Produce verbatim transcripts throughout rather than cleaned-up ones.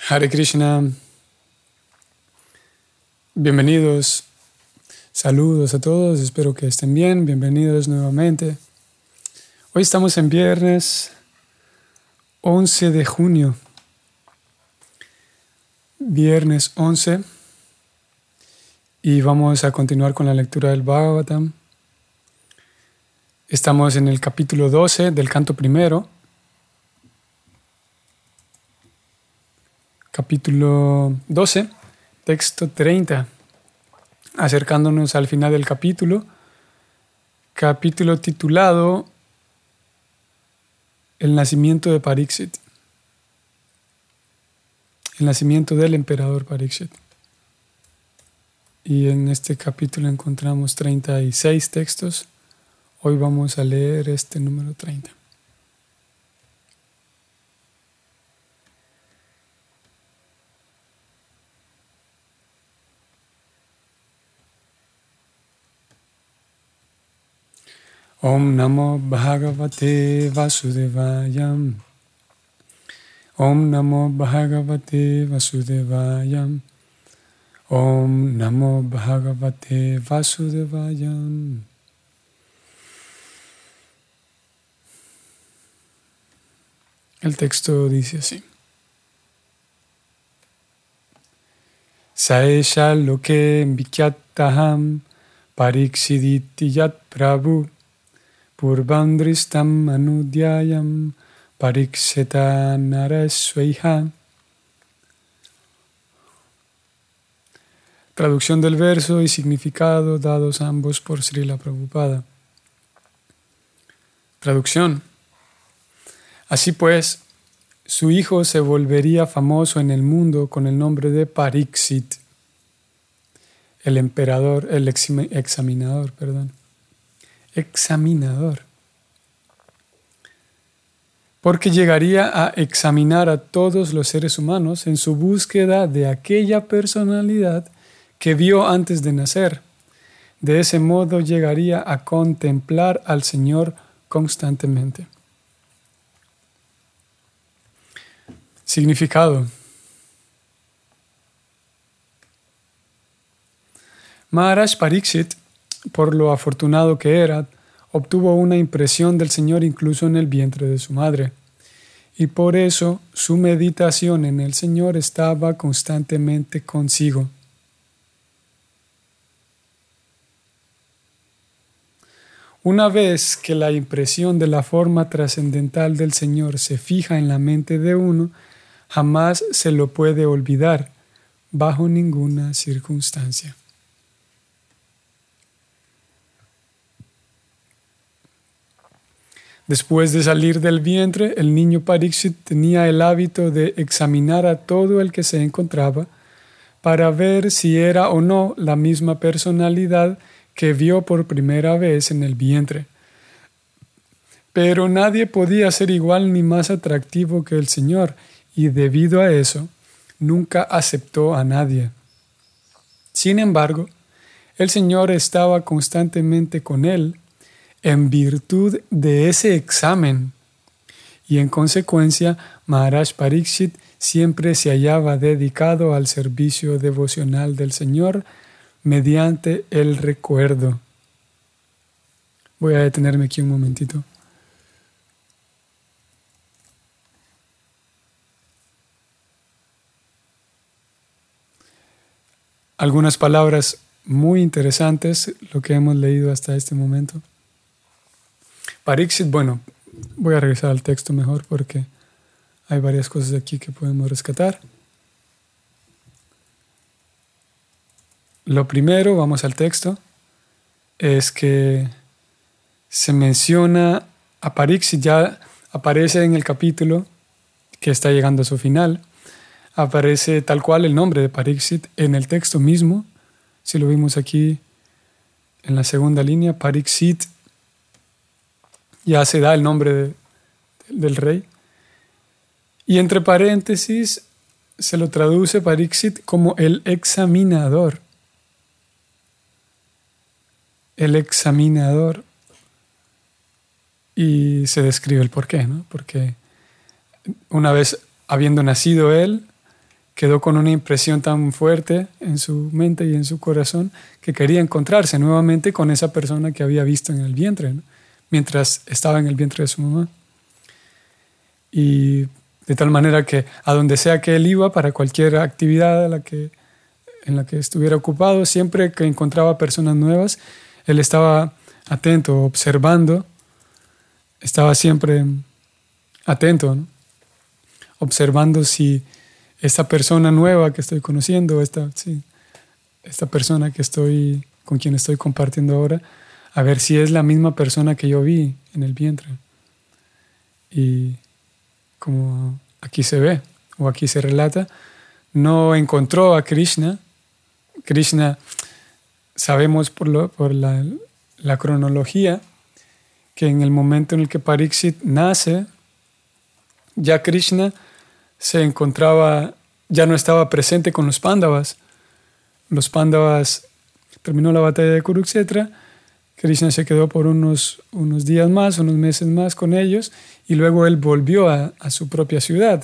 Hare Krishna, bienvenidos, saludos a todos, espero que estén bien, bienvenidos nuevamente. Hoy estamos en viernes once de junio, viernes once, y vamos a continuar con la lectura del Bhagavatam. Estamos en el capítulo doce del canto primero. Capítulo doce, texto treinta, acercándonos al final del capítulo, capítulo titulado El nacimiento de Pariksit, el nacimiento del emperador Pariksit. Y en este capítulo encontramos treinta y seis textos. Hoy vamos a leer este número treinta. Om Namo Bhagavate Vasudevaya. Om Namo Bhagavate Vasudevaya. Om Namo Bhagavate Vasudevaya. El texto dice así. Saesha loke vikyataham pariksiditi yat prabhu Purvandristam anudyayam parikseta narasvaiha. Traducción del verso y significado dados ambos por Srila Prabhupada. Traducción. Así pues, su hijo se volvería famoso en el mundo con el nombre de Pariksit, el emperador, el examinador, perdón. examinador, porque llegaría a examinar a todos los seres humanos en su búsqueda de aquella personalidad que vio antes de nacer. De ese modo llegaría a contemplar al Señor constantemente. Significado. Maharaj Pariksit, por lo afortunado que era, obtuvo una impresión del Señor incluso en el vientre de su madre, y por eso su meditación en el Señor estaba constantemente consigo. Una vez que la impresión de la forma trascendental del Señor se fija en la mente de uno, jamás se lo puede olvidar, bajo ninguna circunstancia. Después de salir del vientre, el niño Pariksit tenía el hábito de examinar a todo el que se encontraba para ver si era o no la misma personalidad que vio por primera vez en el vientre. Pero nadie podía ser igual ni más atractivo que el Señor, y debido a eso, nunca aceptó a nadie. Sin embargo, el Señor estaba constantemente con él, en virtud de ese examen, y en consecuencia Maharaj Pariksit siempre se hallaba dedicado al servicio devocional del Señor mediante el recuerdo. Voy a detenerme aquí un momentito. Algunas palabras muy interesantes, lo que hemos leído hasta este momento. Pariksit, bueno, voy a regresar al texto mejor porque hay varias cosas aquí que podemos rescatar. Lo primero, vamos al texto, es que se menciona a Pariksit, ya aparece en el capítulo que está llegando a su final, aparece tal cual el nombre de Pariksit en el texto mismo, si lo vimos aquí en la segunda línea, Pariksit, ya se da el nombre de, del rey. Y entre paréntesis se lo traduce Pariksit como el examinador. El examinador. Y se describe el porqué, ¿no? Porque una vez habiendo nacido él, quedó con una impresión tan fuerte en su mente y en su corazón que quería encontrarse nuevamente con esa persona que había visto en el vientre, ¿no? Mientras estaba en el vientre de su mamá. Y de tal manera que a donde sea que él iba, para cualquier actividad a la que, en la que estuviera ocupado, siempre que encontraba personas nuevas, él estaba atento, observando, estaba siempre atento, ¿no? Observando si esta persona nueva que estoy conociendo, esta, sí, esta persona que estoy, con quien estoy compartiendo ahora, a ver si es la misma persona que yo vi en el vientre. Y como aquí se ve, o aquí se relata, no encontró a Krishna. Krishna, sabemos por, lo, por la, la cronología, que en el momento en el que Pariksit nace, ya Krishna se encontraba, ya no estaba presente con los Pándavas. Los Pándavas, terminó la batalla de Kurukshetra, Krishna se quedó por unos, unos días más, unos meses más con ellos, y luego él volvió a, a su propia ciudad.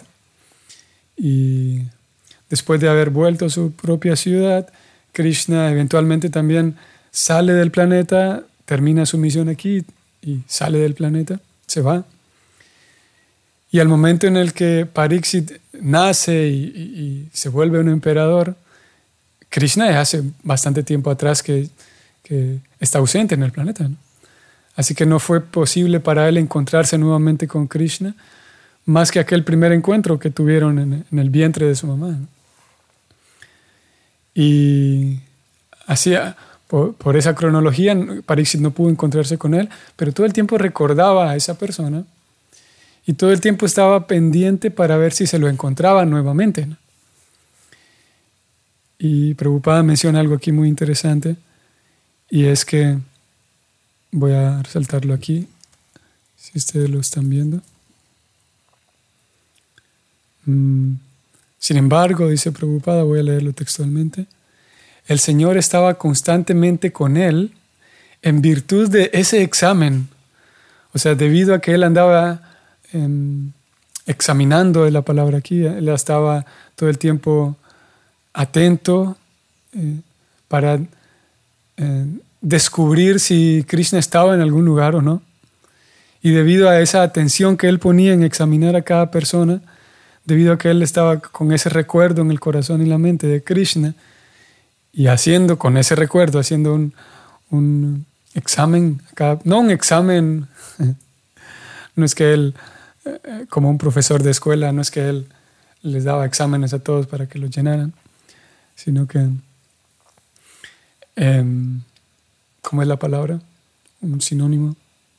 Y después de haber vuelto a su propia ciudad, Krishna eventualmente también sale del planeta, termina su misión aquí y sale del planeta, se va. Y al momento en el que Pariksit nace y, y, y se vuelve un emperador, Krishna ya hace bastante tiempo atrás que, que está ausente en el planeta, ¿no? Así que no fue posible para él encontrarse nuevamente con Krishna más que aquel primer encuentro que tuvieron en, en el vientre de su mamá, ¿no? Y así, por, por esa cronología, Pariksit no pudo encontrarse con él, pero todo el tiempo recordaba a esa persona y todo el tiempo estaba pendiente para ver si se lo encontraba nuevamente, ¿no? Y Prabhupada menciona algo aquí muy interesante, y es que, voy a resaltarlo aquí, si ustedes lo están viendo. Mm. Sin embargo, dice Prabhupada, voy a leerlo textualmente, el Señor estaba constantemente con él en virtud de ese examen. O sea, debido a que él andaba eh, examinando la palabra aquí, él estaba todo el tiempo atento eh, para eh, descubrir si Krishna estaba en algún lugar o no. Y debido a esa atención que él ponía en examinar a cada persona, debido a que él estaba con ese recuerdo en el corazón y la mente de Krishna, y haciendo con ese recuerdo, haciendo un, un examen, no un examen, no es que él, como un profesor de escuela, no es que él les daba exámenes a todos para que los llenaran, sino que, eh, ¿cómo es la palabra? Un sinónimo.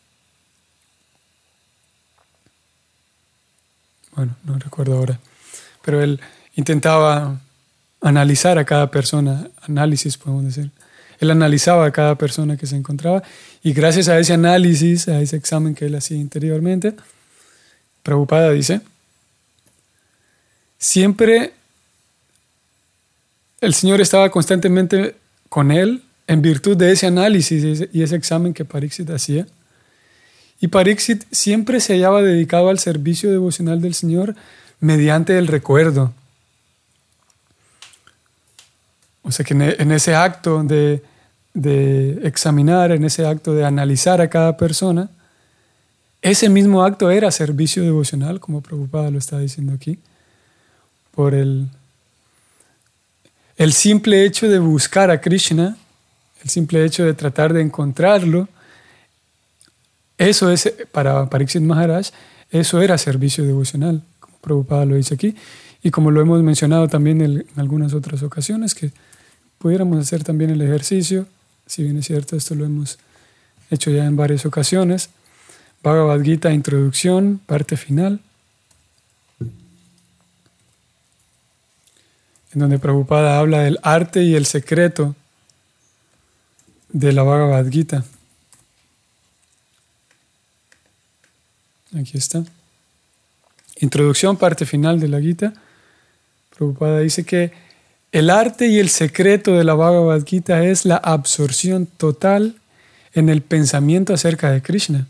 Bueno, no recuerdo ahora, pero él intentaba analizar a cada persona, análisis podemos decir. Él analizaba a cada persona que se encontraba y gracias a ese análisis, a ese examen que él hacía interiormente, Prabhupada dice, siempre el Señor estaba constantemente con él en virtud de ese análisis y ese examen que Pariksit hacía. Y Pariksit siempre se hallaba dedicado al servicio devocional del Señor mediante el recuerdo. O sea que en ese acto de, de examinar, en ese acto de analizar a cada persona, ese mismo acto era servicio devocional, como Prabhupada lo está diciendo aquí, por el, el simple hecho de buscar a Krishna, el simple hecho de tratar de encontrarlo. Eso es, para Pariksit Maharaj, eso era servicio devocional, como Prabhupada lo dice aquí, y como lo hemos mencionado también en, en algunas otras ocasiones, que pudiéramos hacer también el ejercicio, si bien es cierto, esto lo hemos hecho ya en varias ocasiones. Bhagavad Gita, introducción, parte final, en donde Prabhupada habla del arte y el secreto de la Bhagavad Gita. Aquí está. Introducción, parte final de la Gita. Prabhupada dice que el arte y el secreto de la Bhagavad Gita es la absorción total en el pensamiento acerca de Krishna.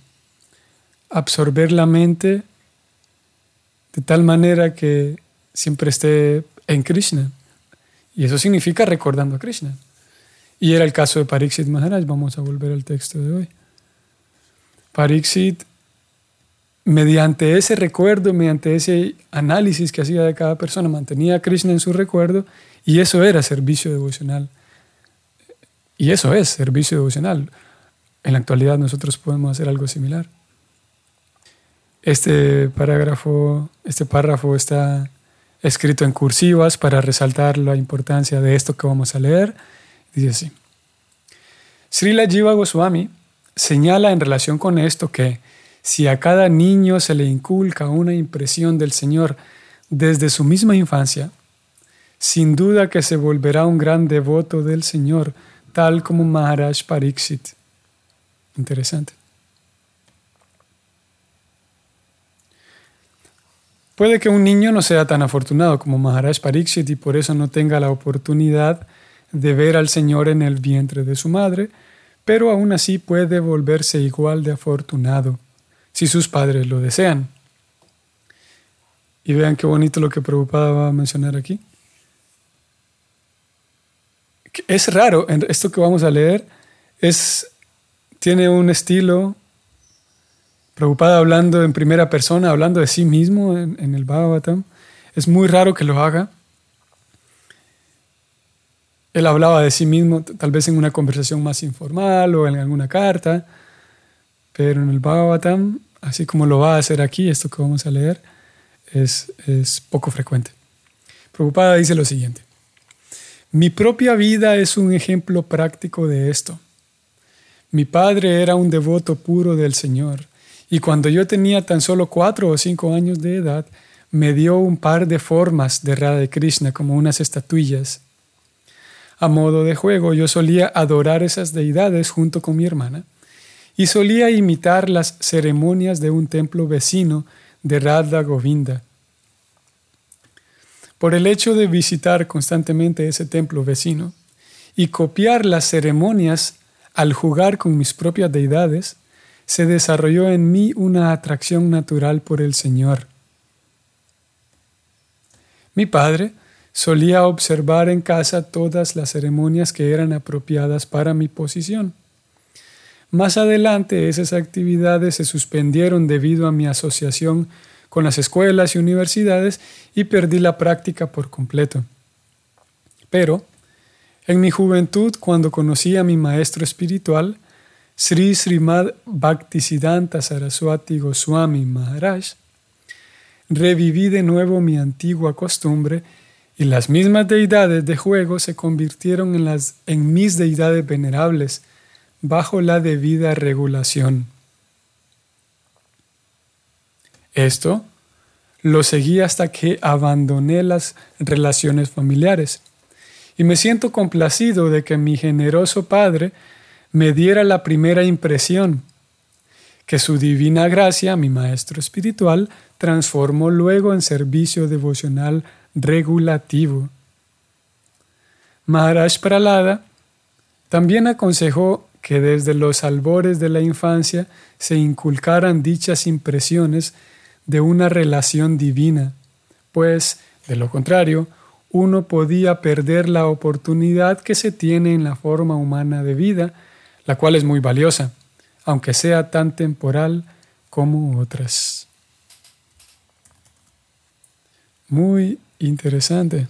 Absorber la mente de tal manera que siempre esté en Krishna. Y eso significa recordando a Krishna. Y era el caso de Pariksit Maharaj. Vamos a volver al texto de hoy. Pariksit, mediante ese recuerdo, mediante ese análisis que hacía de cada persona, mantenía a Krishna en su recuerdo, y eso era servicio devocional. Y eso es servicio devocional. En la actualidad nosotros podemos hacer algo similar. Este parágrafo, este párrafo está escrito en cursivas para resaltar la importancia de esto que vamos a leer. Dice así: Srila Jiva Goswami señala en relación con esto que si a cada niño se le inculca una impresión del Señor desde su misma infancia, sin duda que se volverá un gran devoto del Señor, tal como Maharaj Pariksit. Interesante. Puede que un niño no sea tan afortunado como Maharaj Pariksit y por eso no tenga la oportunidad de ver al Señor en el vientre de su madre, pero aún así puede volverse igual de afortunado si sus padres lo desean. Y vean qué bonito lo que Prabhupada va a mencionar aquí. Es raro, esto que vamos a leer es, tiene un estilo, Prabhupada hablando en primera persona, hablando de sí mismo en, en el Bhagavatam. Es muy raro que lo haga. Él hablaba de sí mismo tal vez en una conversación más informal o en alguna carta, pero en el Bhagavatam, así como lo va a hacer aquí, esto que vamos a leer, es, es poco frecuente. Prabhupada dice lo siguiente: mi propia vida es un ejemplo práctico de esto. Mi padre era un devoto puro del Señor, y cuando yo tenía tan solo cuatro o cinco años de edad, me dio un par de formas de Radha Krishna como unas estatuillas. A modo de juego, yo solía adorar esas deidades junto con mi hermana y solía imitar las ceremonias de un templo vecino de Radha Govinda. Por el hecho de visitar constantemente ese templo vecino y copiar las ceremonias al jugar con mis propias deidades, se desarrolló en mí una atracción natural por el Señor. Mi padre solía observar en casa todas las ceremonias que eran apropiadas para mi posición. Más adelante, esas actividades se suspendieron debido a mi asociación con las escuelas y universidades y perdí la práctica por completo. Pero, en mi juventud, cuando conocí a mi maestro espiritual, Sri Srimad Bhaktisiddhanta Saraswati Goswami Maharaj, reviví de nuevo mi antigua costumbre y las mismas deidades de juego se convirtieron en, las, en mis deidades venerables bajo la debida regulación. Esto lo seguí hasta que abandoné las relaciones familiares y me siento complacido de que mi generoso padre me diera la primera impresión, que su divina gracia, mi maestro espiritual, transformó luego en servicio devocional regulativo. Maharaj Prahlada también aconsejó que desde los albores de la infancia se inculcaran dichas impresiones de una relación divina, pues, de lo contrario, uno podía perder la oportunidad que se tiene en la forma humana de vida, la cual es muy valiosa, aunque sea tan temporal como otras. Muy interesante.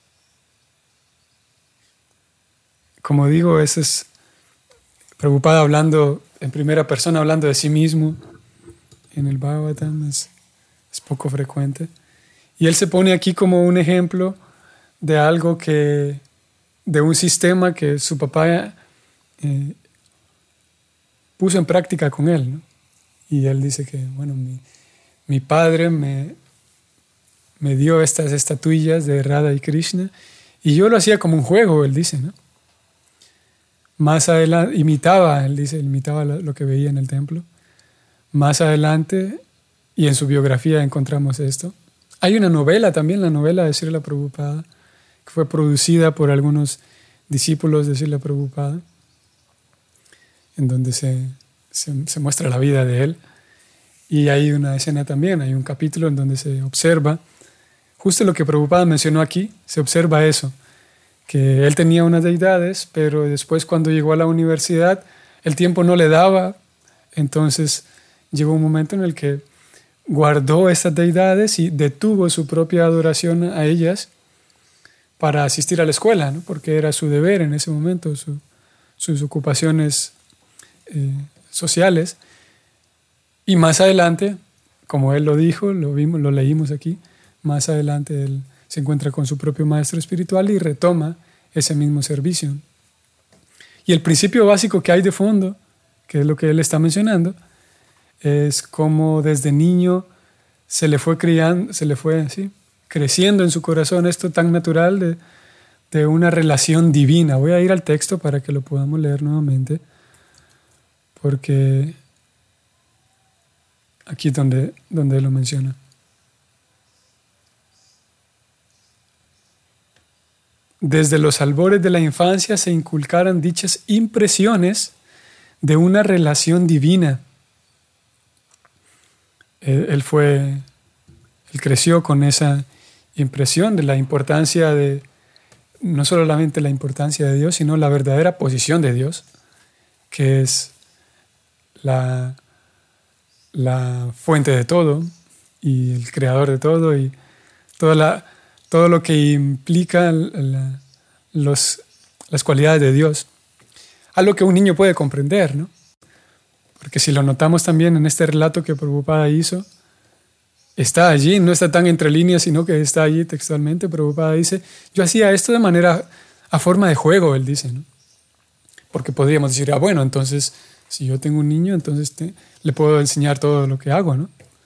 Como digo, ese es Prabhupada hablando en primera persona, hablando de sí mismo en el Bhagavatam, es, es poco frecuente. Y él se pone aquí como un ejemplo de algo que, de un sistema que su papá eh, puso en práctica con él, ¿no? Y él dice que, bueno, mi, mi padre me, me dio estas estatuillas de Radha y Krishna y yo lo hacía como un juego, él dice, ¿no? Más adelante, imitaba, él dice, imitaba lo, lo que veía en el templo. Más adelante, y en su biografía encontramos esto. Hay una novela también, la novela de Srila Prabhupada, que fue producida por algunos discípulos de Srila Prabhupada, en donde se, se, se muestra la vida de él. Y hay una escena también, hay un capítulo en donde se observa justo lo que Prabhupada mencionó aquí, se observa eso, que él tenía unas deidades, pero después cuando llegó a la universidad, el tiempo no le daba, entonces llegó un momento en el que guardó estas deidades y detuvo su propia adoración a ellas para asistir a la escuela, ¿no? Porque era su deber en ese momento, su, sus ocupaciones eh, sociales. Y más adelante, como él lo dijo, lo vimos, lo leímos aquí, más adelante él se encuentra con su propio maestro espiritual y retoma ese mismo servicio. Y el principio básico que hay de fondo, que es lo que él está mencionando, es cómo desde niño se le fue criando, se le fue ¿sí? creciendo en su corazón esto tan natural de, de una relación divina. Voy a ir al texto para que lo podamos leer nuevamente, porque aquí es donde, donde él lo menciona. Desde los albores de la infancia se inculcaran dichas impresiones de una relación divina. Él, él fue, él creció con esa impresión de la importancia de, no solamente la importancia de Dios, sino la verdadera posición de Dios, que es la, la fuente de todo y el creador de todo y toda la todo lo que implica la, los, las cualidades de Dios, algo que un niño puede comprender, ¿no? Porque si lo notamos también en este relato que Prabhupada hizo, está allí, no está tan entre líneas, sino que está allí textualmente. Prabhupada dice, yo hacía esto de manera, a forma de juego, él dice, ¿no? Porque podríamos decir, ah, bueno, entonces, si yo tengo un niño, entonces te, le puedo enseñar todo lo que hago, ¿no?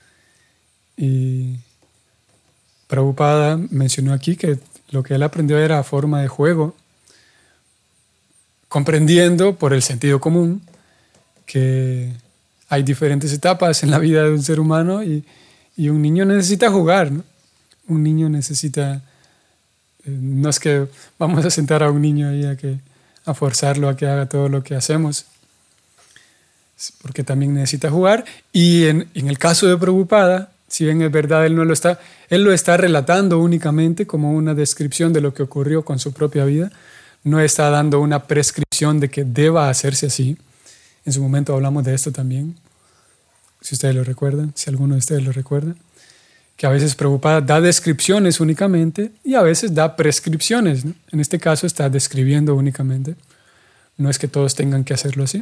Y Prabhupada mencionó aquí que lo que él aprendió era a forma de juego, comprendiendo por el sentido común que hay diferentes etapas en la vida de un ser humano y, y un niño necesita jugar, ¿no? Un niño necesita, eh, no es que vamos a sentar a un niño ahí a, que, a forzarlo a que haga todo lo que hacemos, porque también necesita jugar. Y en, en el caso de Prabhupada, si bien es verdad, él no lo está, él lo está relatando únicamente como una descripción de lo que ocurrió con su propia vida. No está dando una prescripción de que deba hacerse así. En su momento hablamos de esto también, si ustedes lo recuerdan, si alguno de ustedes lo recuerda, que a veces Prabhupada da descripciones únicamente y a veces da prescripciones, ¿no? En este caso está describiendo únicamente. No es que todos tengan que hacerlo así.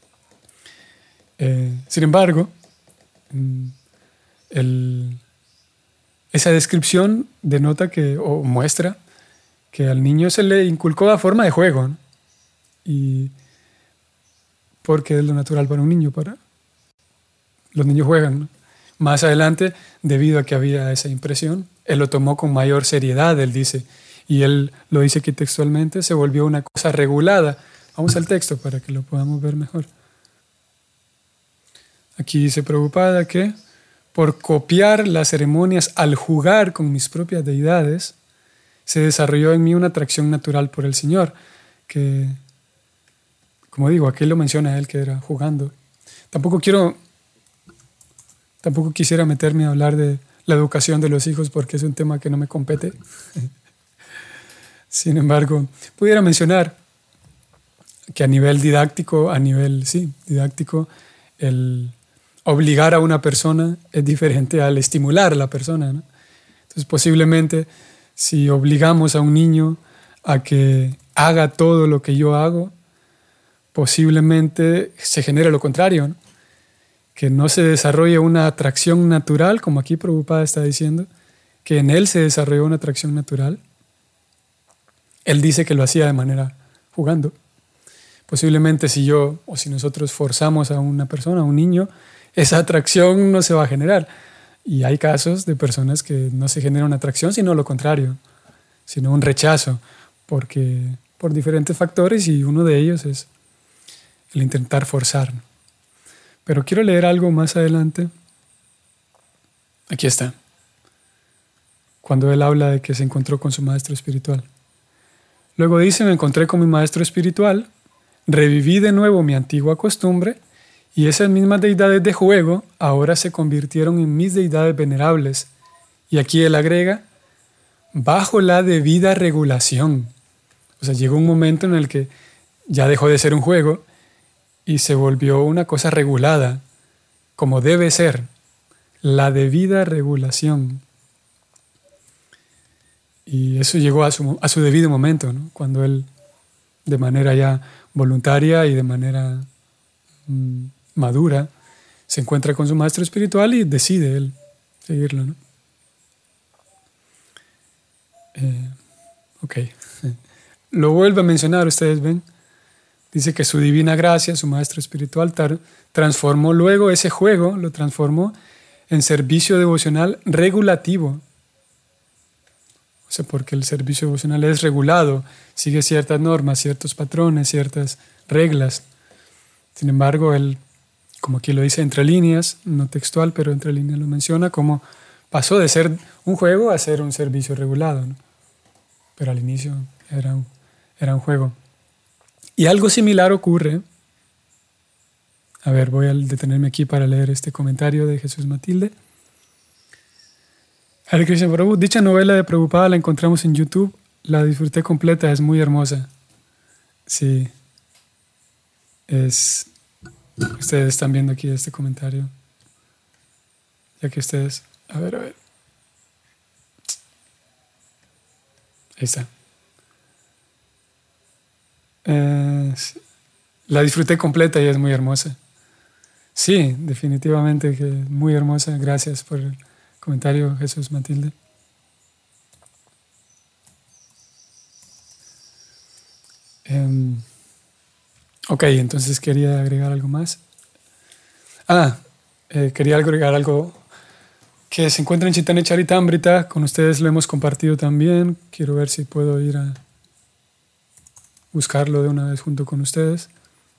Eh, sin embargo, El, esa descripción denota que, o muestra que al niño se le inculcó a forma de juego, ¿no? Y porque es lo natural para un niño, para los niños juegan, ¿no? Más adelante, debido a que había esa impresión, él lo tomó con mayor seriedad, él dice, y él lo dice aquí textualmente, se volvió una cosa regulada. Vamos al texto para que lo podamos ver mejor. Aquí dice Prabhupada que por copiar las ceremonias al jugar con mis propias deidades, se desarrolló en mí una atracción natural por el Señor, que, como digo, aquí lo menciona él que era jugando. Tampoco quiero, tampoco quisiera meterme a hablar de la educación de los hijos porque es un tema que no me compete. Sin embargo, pudiera mencionar que a nivel didáctico, a nivel, sí, didáctico, el obligar a una persona es diferente al estimular a la persona, ¿no? Entonces, posiblemente, si obligamos a un niño a que haga todo lo que yo hago, posiblemente se genere lo contrario, ¿no? Que no se desarrolle una atracción natural, como aquí Prabhupada está diciendo, que en él se desarrolló una atracción natural. Él dice que lo hacía de manera jugando. Posiblemente si yo o si nosotros forzamos a una persona, a un niño, esa atracción no se va a generar. Y hay casos de personas que no se genera una atracción, sino lo contrario, sino un rechazo, porque, por diferentes factores, y uno de ellos es el intentar forzar. Pero quiero leer algo más adelante. Aquí está. Cuando él habla de que se encontró con su maestro espiritual. Luego dice, me encontré con mi maestro espiritual, reviví de nuevo mi antigua costumbre, y esas mismas deidades de juego ahora se convirtieron en mis deidades venerables. Y aquí él agrega, bajo la debida regulación. O sea, llegó un momento en el que ya dejó de ser un juego y se volvió una cosa regulada, como debe ser, la debida regulación. Y eso llegó a su, a su debido momento, ¿no? Cuando él, de manera ya voluntaria y de manera mmm, madura, se encuentra con su maestro espiritual y decide él seguirlo, ¿no? Eh, ok. Lo vuelve a mencionar, ustedes ven. Dice que su divina gracia, su maestro espiritual, tar, transformó luego ese juego, lo transformó en servicio devocional regulativo. O sea, porque el servicio devocional es regulado, sigue ciertas normas, ciertos patrones, ciertas reglas. Sin embargo, él, como aquí lo dice entre líneas, no textual, pero entre líneas lo menciona, como pasó de ser un juego a ser un servicio regulado, ¿no? Pero al inicio era un, era un juego. Y algo similar ocurre. A ver, voy a detenerme aquí para leer este comentario de Jesús Matilde. Hare Krishna Prabhu, dicha novela de Prabhupada la encontramos en YouTube, la disfruté completa, es muy hermosa. Sí, es... Ustedes están viendo aquí este comentario. Ya que ustedes... A ver, a ver. Ahí está. Eh, la disfruté completa y es muy hermosa. Sí, definitivamente que es muy hermosa. Gracias por el comentario, Jesús Matilde. Um, ok, entonces quería agregar algo más. Ah, eh, quería agregar algo que se encuentra en Chaitanya Charitamrita. Con ustedes lo hemos compartido también. Quiero ver si puedo ir a buscarlo de una vez junto con ustedes.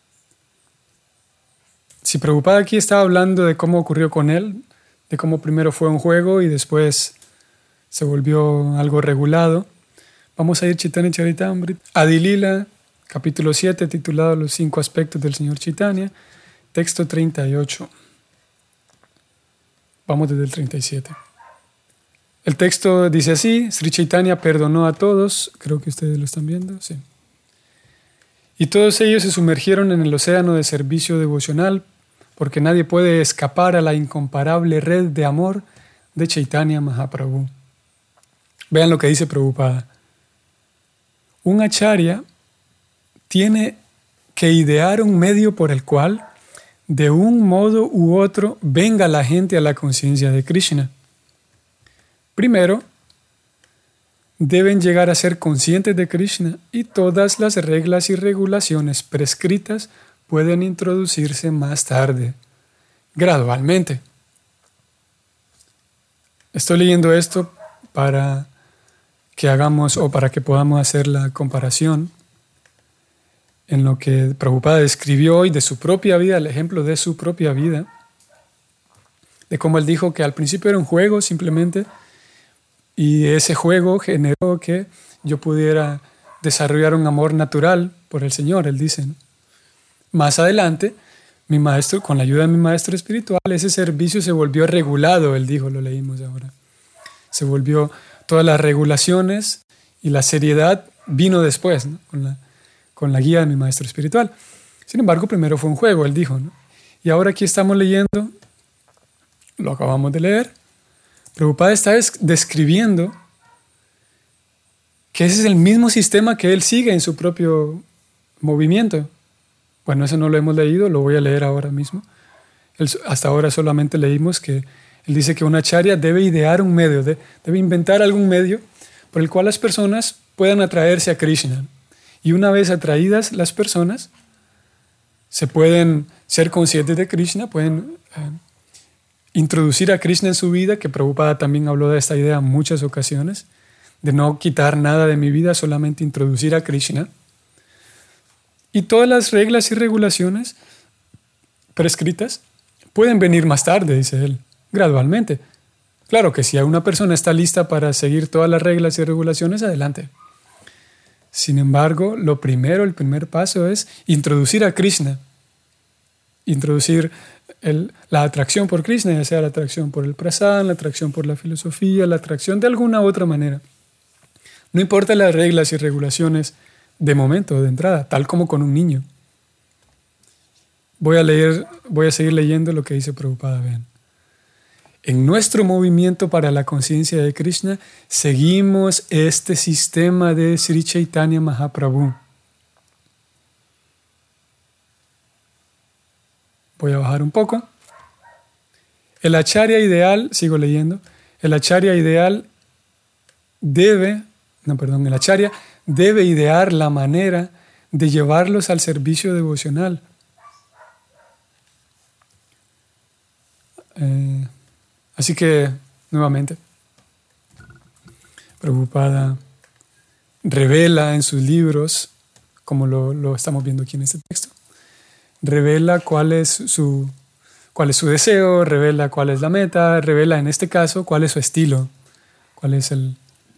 Si Prabhupada aquí estaba hablando de cómo ocurrió con él, de cómo primero fue un juego y después se volvió algo regulado, vamos a ir Chaitanya Charitamrita, Adilila, capítulo siete, titulado Los cinco aspectos del Señor Chaitanya, texto treinta y ocho. Vamos desde el treinta y siete. El texto dice así: Sri Chaitanya perdonó a todos, creo que ustedes lo están viendo, sí. Y todos ellos se sumergieron en el océano de servicio devocional, porque nadie puede escapar a la incomparable red de amor de Chaitanya Mahaprabhu. Vean lo que dice Prabhupada. Un acharya tiene que idear un medio por el cual, de un modo u otro, venga la gente a la conciencia de Krishna. Primero, deben llegar a ser conscientes de Krishna y todas las reglas y regulaciones prescritas pueden introducirse más tarde, gradualmente. Estoy leyendo esto para que hagamos o para que podamos hacer la comparación en lo que Prabhupada describió hoy de su propia vida, el ejemplo de su propia vida, de cómo él dijo que al principio era un juego simplemente, y ese juego generó que yo pudiera desarrollar un amor natural por el Señor, él dice, ¿no? Más adelante, mi maestro, con la ayuda de mi maestro espiritual, ese servicio se volvió regulado, él dijo, lo leímos ahora. Se volvió, todas las regulaciones y la seriedad vino después, ¿no? Con la, con la guía de mi maestro espiritual. Sin embargo, primero fue un juego, él dijo, ¿no? Y ahora aquí estamos leyendo, lo acabamos de leer, Prabhupada está describiendo que ese es el mismo sistema que él sigue en su propio movimiento. Bueno, eso no lo hemos leído, lo voy a leer ahora mismo. Él, hasta ahora solamente leímos que él dice que una acharya debe idear un medio, de, debe inventar algún medio por el cual las personas puedan atraerse a Krishna. Y una vez atraídas las personas, se pueden ser conscientes de Krishna, pueden eh, introducir a Krishna en su vida, que Prabhupada también habló de esta idea en muchas ocasiones, de no quitar nada de mi vida, solamente introducir a Krishna. Y todas las reglas y regulaciones prescritas pueden venir más tarde, dice él, gradualmente. Claro que si una persona está lista para seguir todas las reglas y regulaciones, adelante. Sin embargo, lo primero, el primer paso es introducir a Krishna. Introducir el, la atracción por Krishna, ya sea la atracción por el prasad, la atracción por la filosofía, la atracción de alguna otra manera. No importa las reglas y regulaciones de momento, de entrada, tal como con un niño. Voy a leer, voy a seguir leyendo lo que dice Prabhupada, vean. En nuestro movimiento para la conciencia de Krishna, seguimos este sistema de Sri Chaitanya Mahaprabhu. Voy a bajar un poco. El acharya ideal, sigo leyendo, el acharya ideal debe, no, perdón, el acharya debe idear la manera de llevarlos al servicio devocional. Eh, así que, nuevamente, Prabhupada revela en sus libros, como lo, lo estamos viendo aquí en este texto, revela cuál es su, cuál es su deseo, revela cuál es la meta, revela en este caso cuál es su estilo, cuál es el,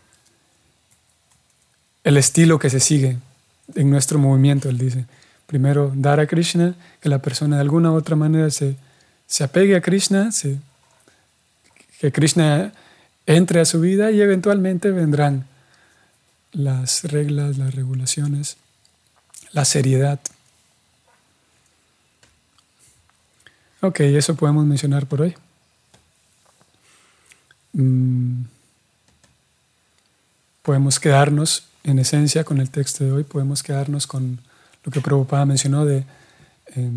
el estilo que se sigue en nuestro movimiento. Él dice, primero dar a Krishna, que la persona de alguna u otra manera se, se apegue a Krishna, se, que Krishna entre a su vida y eventualmente vendrán las reglas, las regulaciones, la seriedad. Ok, eso podemos mencionar por hoy. Mm, podemos quedarnos, en esencia, con el texto de hoy, podemos quedarnos con lo que Prabhupada mencionó de eh,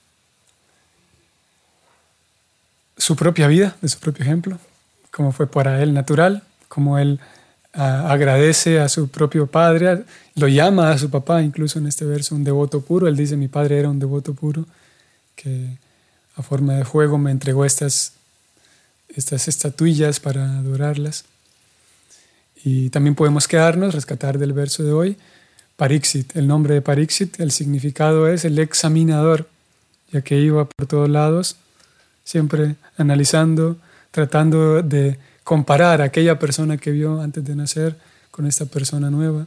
su propia vida, de su propio ejemplo, cómo fue para él natural, cómo él ah, agradece a su propio padre, lo llama a su papá, incluso en este verso, un devoto puro. Él dice, mi padre era un devoto puro, que a forma de juego me entregó estas, estas estatuillas para adorarlas. Y también podemos quedarnos, rescatar del verso de hoy, Pariksit, el nombre de Pariksit, el significado es el examinador, ya que iba por todos lados, siempre analizando, tratando de comparar a aquella persona que vio antes de nacer con esta persona nueva.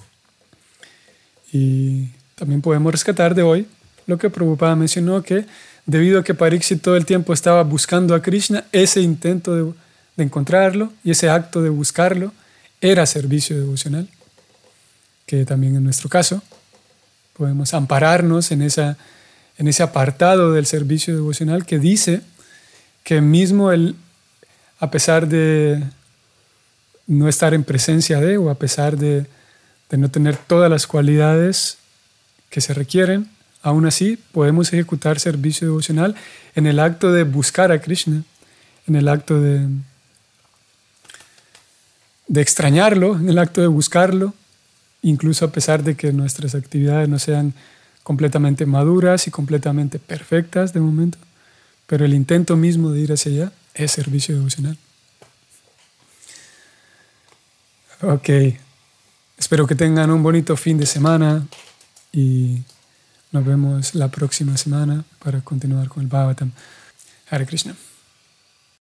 Y también podemos rescatar de hoy lo que Prabhupada mencionó, que debido a que Pariksit todo el tiempo estaba buscando a Krishna, ese intento de, de encontrarlo y ese acto de buscarlo era servicio devocional, que también en nuestro caso podemos ampararnos en, esa, en ese apartado del servicio devocional que dice que mismo el, a pesar de no estar en presencia de, o a pesar de, de no tener todas las cualidades que se requieren, aún así podemos ejecutar servicio devocional en el acto de buscar a Krishna, en el acto de, de extrañarlo, en el acto de buscarlo, incluso a pesar de que nuestras actividades no sean completamente maduras y completamente perfectas de momento, pero el intento mismo de ir hacia allá es servicio devocional. Ok, espero que tengan un bonito fin de semana y nos vemos la próxima semana para continuar con el Bhagavatam. Hare Krishna.